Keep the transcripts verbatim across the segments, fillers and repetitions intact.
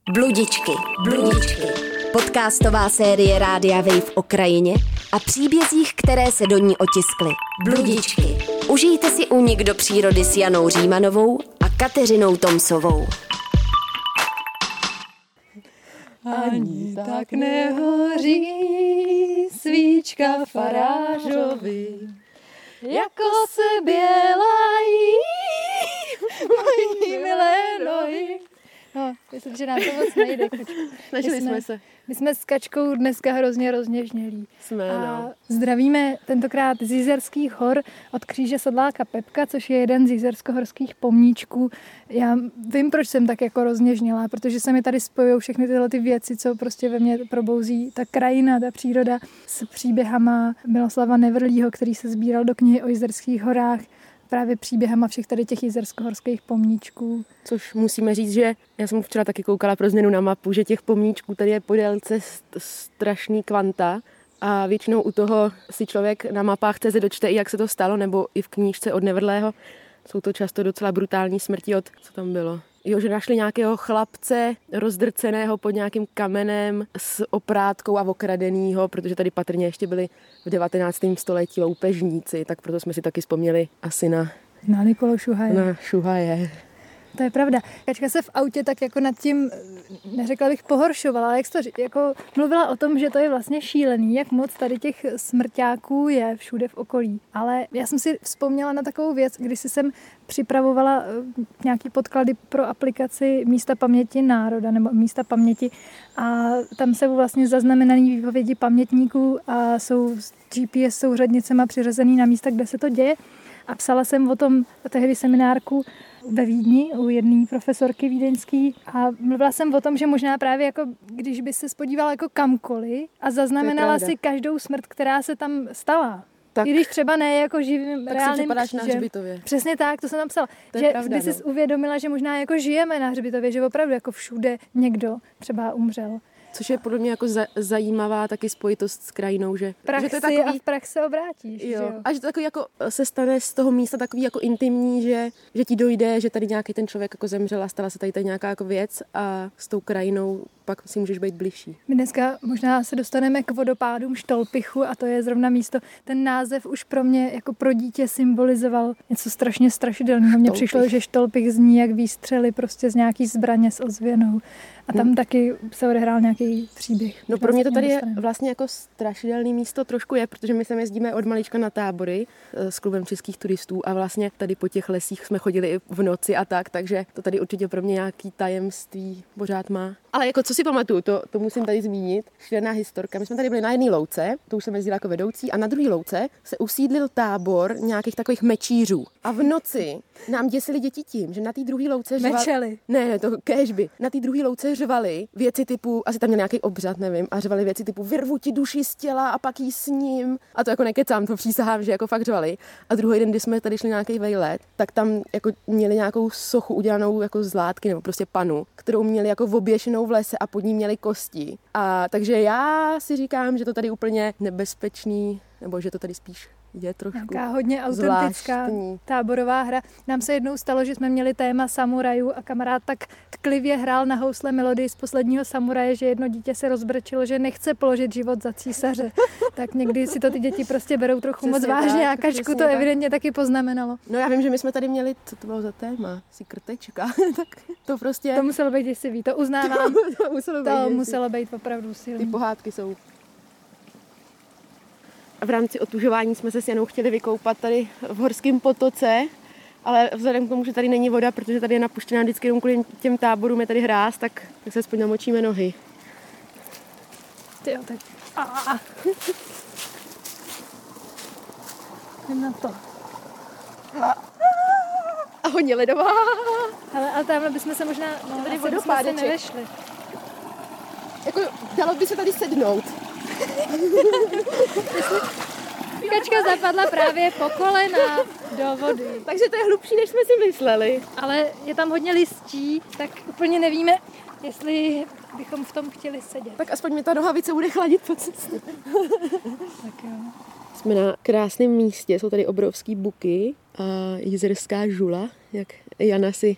Bludičky, bludičky. Podcastová série Rádia Wave o krajině a příbězích, které se do ní otiskly. Bludičky. Užijte si únik do přírody s Janou Římanovou a Kateřinou Tomsovou. Ani tak nehoří svíčka farářovi, jako se bělají mojí milé nohy. No, myslím, že nám to moc nejde. Snažili jsme, jsme se. My jsme s Kačkou dneska hrozně rozněžnělí. Jsme, a no. Zdravíme tentokrát z Jizerských hor od kříže sedláka Pepka, což je jeden z jizerskohorských pomníčků. Já vím, proč jsem tak jako rozněžnělá, protože se mi tady spojují všechny tyhle ty věci, co prostě ve mně probouzí ta krajina, ta příroda s příběhama Miloslava Nevrlího, který se sbíral do knihy o Jizerských horách, právě příběhama všech tady těch jizerskohorských pomníčků. Což musíme říct, že já jsem včera taky koukala pro změnu na mapu, že těch pomníčků tady je po délce strašný kvanta a většinou u toho si člověk na mapách C Z dočte i jak se to stalo, nebo i v knížce od Nevrlého. Jsou to často docela brutální smrti od, co tam bylo. Jo, že našli nějakého chlapce rozdrceného pod nějakým kamenem s oprátkou a okradenýho, protože tady patrně ještě byli v devatenáctém století loupežníci, tak proto jsme si taky vzpomněli asi na... Na Nikolu Šuhaje. Na Šuhaje. To je pravda. Kačka se v autě tak jako nad tím, neřekla bych pohoršovala, ale jak to jako mluvila o tom, že to je vlastně šílený, jak moc tady těch smrťáků je všude v okolí. Ale já jsem si vzpomněla na takovou věc, když jsem připravovala nějaký podklady pro aplikaci Místa paměti národa nebo Místa paměti a tam jsou vlastně zaznamenaný výpovědi pamětníků a jsou s G P S souřadnicema přiřazený na místa, kde se to děje. A psala jsem o tom tehdy seminárku ve Vídni u jedné profesorky vídeňský a mluvila jsem o tom, že možná právě jako, když by se spodívala jako kamkoliv a zaznamenala si každou smrt, která se tam stala. Tak, i když třeba ne jako živým tak reálným křížem. Na hřbitově. Přesně tak, to jsem tam psala. To že pravda, by si no. uvědomila, že možná jako žijeme na hřbitově, že opravdu jako všude někdo třeba umřel. Což je podle mě jako za, zajímavá taky spojitost s krajinou, že, prach že to je takový, takový, a v prach se obrátíš. jo, že jo? a že to takový jako se stane z toho místa takový jako intimní, že, že ti dojde, že tady nějaký ten člověk jako zemřel a stala se tady, tady nějaká jako věc a s tou krajinou pak si můžeš být bližší. My dneska možná se dostaneme k vodopádům Štolpichu a to je zrovna místo. Ten název už pro mě jako pro dítě symbolizoval něco strašně strašidelného. Mně přišlo, že Štolpich zní jak výstřely prostě z nějaký zbraně s ozvěnou. A tam hmm. taky se odehrál nějaký příběh. No pro mě to tady je vlastně jako strašidelný místo trošku je, protože my sem jezdíme od malička na tábory s klubem českých turistů a vlastně tady po těch lesích jsme chodili i v noci a tak, takže to tady určitě pro mě nějaký tajemství pořád má. Ale jako co si pamatuju, to, to musím tady zmínit, šílená historka. My jsme tady byli na jedné louce, to už jsem jezdila jako vedoucí, a na druhé louce se usídlil tábor nějakých takových mečířů. A v noci nám děsili děti tím, že na té druhé louce řvali. Mečeli. Ne, ne, to kéžby. Na té druhé louce řvali věci typu, asi tam měl nějaký obřad, nevím, a řvali věci typu vyrvu ti duši z těla a pak jí s ním. A to jako nekecám, to přísahám, že jako fakt řvali. A druhý den, kdy jsme tady šli nějaký vejlet, tak tam jako měli nějakou sochu udělanou jako z látky nebo prostě panu, kterou měli jako oběšenou v lese a pod ní měli kosti. A takže já si říkám, že to tady úplně nebezpečný, nebo že to tady spíš je trošku nějaká hodně autentická zvláštní táborová hra. Nám se jednou stalo, že jsme měli téma samurajů a kamarád tak tklivě hrál na housle melodii z Posledního samuraje, že jedno dítě se rozbrčilo, že nechce položit život za císaře. Tak někdy si to ty děti prostě berou trochu přesně moc vážně tak, a Kačku to evidentně tak taky poznamenalo. No já vím, že my jsme tady měli, co to bylo za téma, si krtečka, tak to prostě... To muselo být děsivý, to uznávám. to muselo být, to muselo být opravdu silný. Ty pohádky jsou. V rámci otužování jsme se s Janou chtěli vykoupat tady v horském potoce, ale vzhledem k tomu, že tady není voda, protože tady je napuštěná vždycky jenom kvůli těm táborům, je tady hráz, tak, tak se aspoň namočíme nohy. Tyjo, tak... A jdem na to. A hodně ledová. Ale, ale tamhle bychom se možná... No, tady vodopádeček. Se nevešli. Jako, dalo by se tady sednout. Kačka zapadla právě po kolena do vody. Takže to je hlubší, než jsme si mysleli. Ale je tam hodně listí, tak úplně nevíme, jestli bychom v tom chtěli sedět. Tak aspoň mi ta nohavice bude chladit po cestě. Tak jo. Jsme na krásném místě, jsou tady obrovský buky a jizerská žula, jak Jana si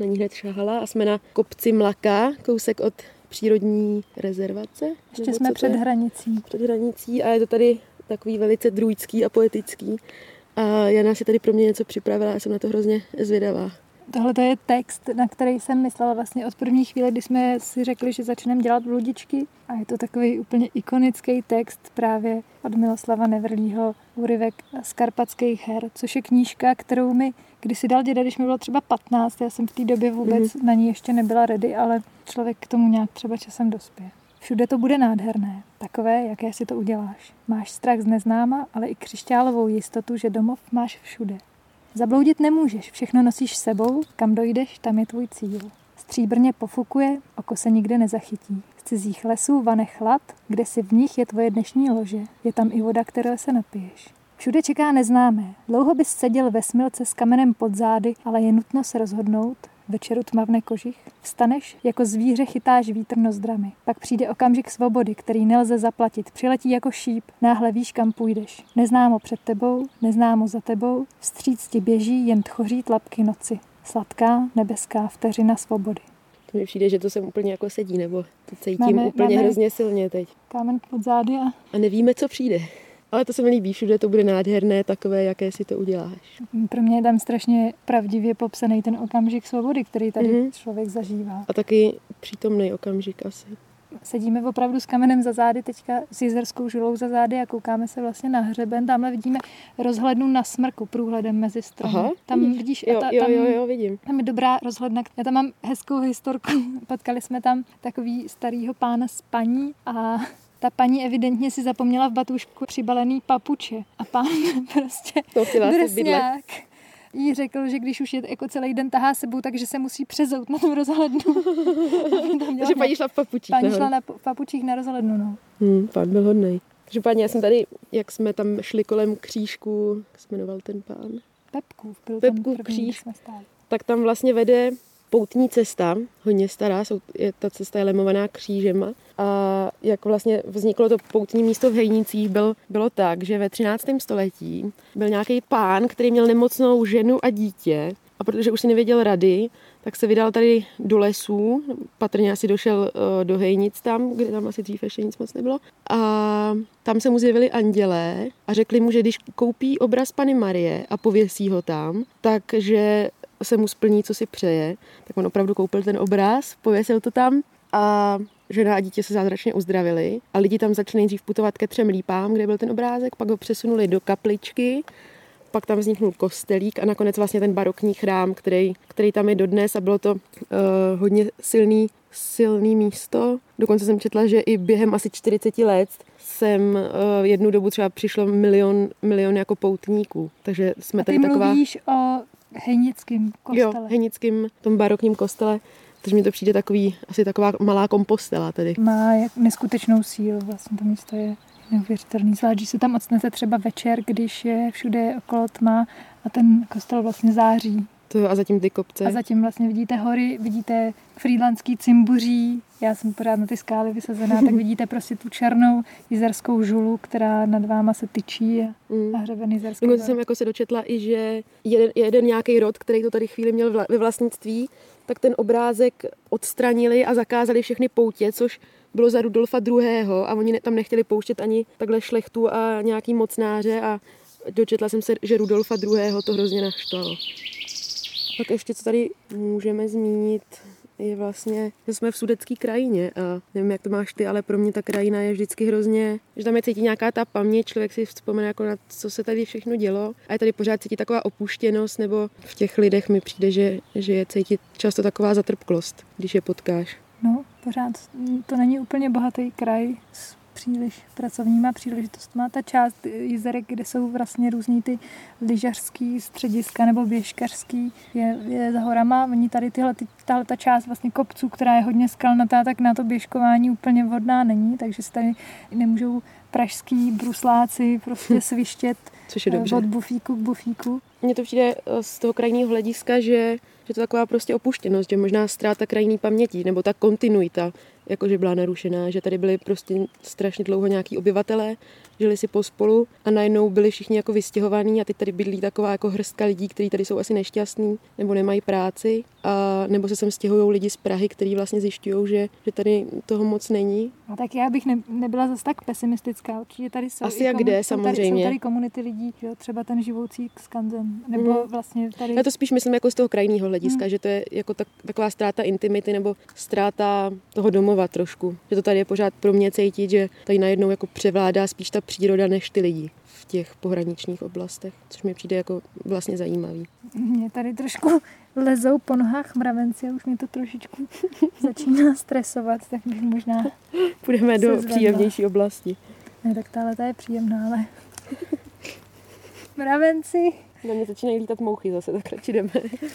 na ní hned šahala a jsme na kopci Mlaka, kousek od přírodní rezervace. Ještě jsme před hranicí. Před hranicí a je to tady takový velice druidský a poetický. A Jana si tady pro mě něco připravila a jsem na to hrozně zvědavá. Tohle to je text, na který jsem myslela vlastně od první chvíle, kdy jsme si řekli, že začneme dělat bludičky. A je to takový úplně ikonický text právě od Miloslava Nevrlího, úryvek z Karpatských her, což je knížka, kterou mi kdysi dal děda, když mi bylo třeba patnáct. Já jsem v té době vůbec mm-hmm. na ní ještě nebyla ready, ale člověk k tomu nějak třeba časem dospěje. Všude to bude nádherné, takové, jaké si to uděláš. Máš strach z neznáma, ale i křišťálovou jistotu, že domov máš všude. Zabloudit nemůžeš, všechno nosíš s sebou, kam dojdeš, tam je tvůj cíl. Stříbrně pofukuje, oko se nikde nezachytí. Z cizích lesů vane chlad, kde si v nich je tvoje dnešní lože. Je tam i voda, které se napiješ. Všude čeká neznámé. Dlouho bys seděl ve smilce s kamenem pod zády, ale je nutno se rozhodnout. Večeru tmavne kožich. Vstaneš, jako zvíře chytáš vítr nozdrami. Pak přijde okamžik svobody, který nelze zaplatit. Přiletí jako šíp, náhle víš, kam půjdeš. Neznámo před tebou, neznámo za tebou. Vstříc ti běží jen tchoří tlapky noci. Sladká, nebeská vteřina svobody. To mi přijde, že to sem úplně jako sedí, nebo to cítím máme, úplně máme hrozně silně teď. Kámen pod zády a... A nevíme, co přijde. Ale to se mi líbí, všude to bude nádherné, takové, jaké si to uděláš. Pro mě je tam strašně pravdivě popsaný ten okamžik svobody, který tady mm-hmm. člověk zažívá. A taky přítomný okamžik asi. Sedíme opravdu s kamenem za zády, teďka s jizerskou žulou za zády a koukáme se vlastně na hřeben. Tamhle vidíme rozhlednu na smrku průhledem mezi stromy. Aha, tam vidíš? vidíš, jo, ta, jo, tam, jo, jo, vidím. Tam je dobrá rozhledna. Já tam mám hezkou historku. Potkali jsme tam takový starýho pána s paní a ta paní evidentně si zapomněla v batůžku přibalený papuče. A pán prostě drsňák jí řekl, že když už je jako celý den tahá sebou, takže se musí přezout na tu rozhlednu. Takže paní šla v papučích. Paní šla na v papučích na rozhlednu, no. Hmm, pán byl hodnej. Takže páni, já jsem tady, jak jsme tam šli kolem křížku, jak se jmenoval ten pán? Pepkův, byl Pepkův tam kříž, jsme stáli. Tak tam vlastně vede poutní cesta, hodně stará, jsou, je, ta cesta je lemovaná křížema. A jak vlastně vzniklo to poutní místo v Hejnicích, byl, bylo tak, že ve třináctém století byl nějaký pán, který měl nemocnou ženu a dítě. A protože už si nevěděl rady, tak se vydal tady do lesů, patrně asi došel uh, do Hejnic tam, kde tam asi dřív ještě nic moc nebylo. A tam se mu zjevili andělé a řekli mu, že když koupí obraz Panny Marie a pověsí ho tam, takže se mu splní, co si přeje. Tak on opravdu koupil ten obraz, pověsil to tam a žena a dítě se zázračně uzdravili. A lidi tam začali nejdřív putovat ke Třem lípám, kde byl ten obrázek, pak ho přesunuli do kapličky, pak tam vzniknul kostelík a nakonec vlastně ten barokní chrám, který, který tam je dodnes a bylo to uh, hodně silný, silný místo. Dokonce jsem četla, že i během asi čtyřicet let jsem uh, jednu dobu třeba přišlo milion, milion jako poutníků. Takže jsme a ty tady taková... mluvíš o Hejnickém kostele. Jo, Hejnickém, tom barokním kostele. Takže mi to přijde takový, asi taková malá kompostela tady. Má jak neskutečnou sílu, vlastně to místo je neuvěřitelný. Zvlášť, když se tam ocnete třeba večer, když je všude okolo tma a ten kostel vlastně září. To a zatím ty kopce. A zatím vlastně vidíte hory, vidíte frýdlandský cimbuří. Já jsem pořád na ty skály vysazená, tak vidíte prostě tu černou jizerskou žulu, která nad váma se tyčí a, mm. a hřeben jizerský. Dokonce jsem jako se dočetla i, že jeden, jeden nějaký rod, který to tady chvíli měl ve vlastnictví, tak ten obrázek odstranili a zakázali všechny poutě, což bylo za Rudolfa druhého. A oni tam nechtěli pouštět ani takhle šlechtu a nějaký mocnáře a dočetla jsem se, že Rudolfa druhého to hrozně naštvalo. Pak ještě, co tady můžeme zmínit, je vlastně, že jsme v sudetské krajině a nevím, jak to máš ty, ale pro mě ta krajina je vždycky hrozně, že tam je cítí nějaká ta paměť, člověk si vzpomene jako na co se tady všechno dělo a je tady pořád cítí taková opuštěnost, nebo v těch lidech mi přijde, že, že je cítit často taková zatrpklost, když je potkáš. No, pořád to není úplně bohatý kraj s příliš pracovníma příležitostma. Ta část jezerek, kde jsou vlastně různý ty lyžařský střediska nebo běžkařský, je, je za horama. Oni tady tyhle, ty, tahle ta část vlastně kopců, která je hodně skalnatá, tak na to běžkování úplně vhodná není, takže se tady nemůžou pražský brusláci prostě svištět což je dobře. Od bufíku k bufíku. Mně to přijde z toho krajního hlediska, že že to je taková prostě opuštěnost, že možná ztráta krajinné paměti, nebo ta kontinuita, jakože byla narušená, že tady byli prostě strašně dlouho nějaký obyvatelé, žili si pospolu a najednou byli všichni jako vystěhovaní a teď tady bydlí taková jako hrstka lidí, kteří tady jsou asi nešťastní nebo nemají práci, a nebo se sem stěhují lidi z Prahy, kteří vlastně zjišťují, že, že tady toho moc není. A tak já bych ne, nebyla zase tak pesimistická. Určitě tady jsou, asi jak kde, jsou samozřejmě. Tady, jsou tady komunity lidí, jo, třeba ten živoucí Skanzen, nebo mm. vlastně tady... Já to spíš myslím jako z toho krajního hlediska, mm. že to je jako tak, taková ztráta intimity nebo ztráta toho domova trošku. Že to tady je pořád pro mě cítit, že tady najednou jako převládá spíš ta příroda než ty lidi v těch pohraničních oblastech, což mi přijde jako vlastně zajímavý. Mě tady trošku lezou po nohách mravenci a už mě to trošičku začíná stresovat, tak bych možná půjdeme do zvedla. Příjemnější oblasti. Ne, tak tahle ta je příjemná, ale mravenci. Na mě začínají lítat mouchy zase, tak radši jdeme.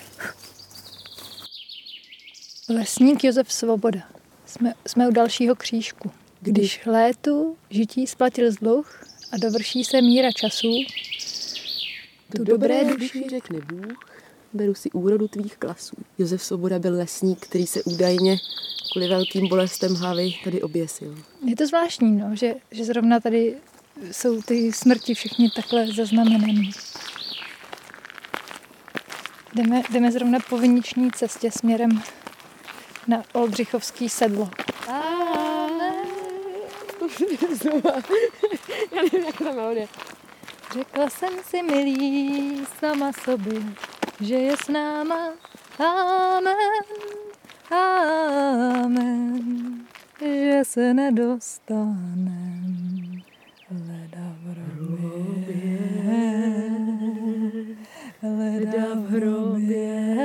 Lesník Josef Svoboda. Jsme, jsme u dalšího křížku. Když létu žití splatil dluh a dovrší se míra času, tu dobré duši řekne Bůh, beru si úrodu tvých klasů. Josef Svoboda byl lesník, který se údajně kvůli velkým bolestem hlavy tady oběsil. Je to zvláštní, no, že, že zrovna tady jsou ty smrti všichni takhle zaznamenané. Jdeme, jdeme zrovna po viniční cestě směrem na Oldřichovský sedlo. Já nevím, jak to melodie. Řekla jsem si, milý, sama sobě, že je s náma. Amen, amen, že se nedostanem leda v hrobě, leda v hrobě.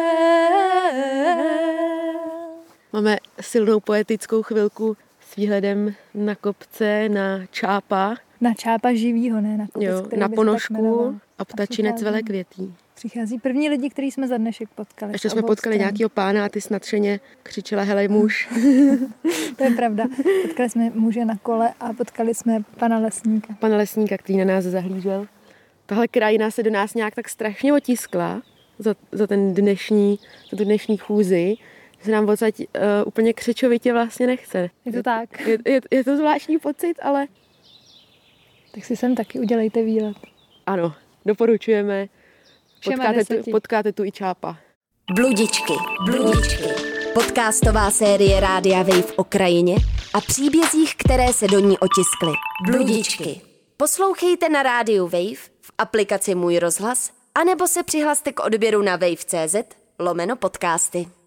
Máme silnou poetickou chvilku s výhledem na kopce, na čápa. Na čápa živýho, ne na kopec, jo, který na ponožku a ptačinec velekvětí. Přichází první lidi, který jsme za dnešek potkali. Ještě jsme potkali stran. Nějakýho pána a ty snadšeně křičela hele muž. To je pravda. Potkali jsme muže na kole a potkali jsme pana lesníka. Pana lesníka, který na nás zahlížel. Tahle krajina se do nás nějak tak strašně otiskla za, za ten dnešní, za tu dnešní chůzi, že se nám odsaď uh, úplně křečovitě vlastně nechce. Je to tak. Je, je, je to zvláštní pocit, ale... Tak si sem taky udělejte výlet. Ano, doporučujeme. Potkáte tu, potkáte tu i čápa. Bludičky. Bludičky. Podcastová série Rádia Wave o krajině a příbězích, které se do ní otiskly. Bludičky. Poslouchejte na rádiu Wave, v aplikaci Můj rozhlas, anebo se přihlaste k odběru na wave tečka cz lomeno podcasty.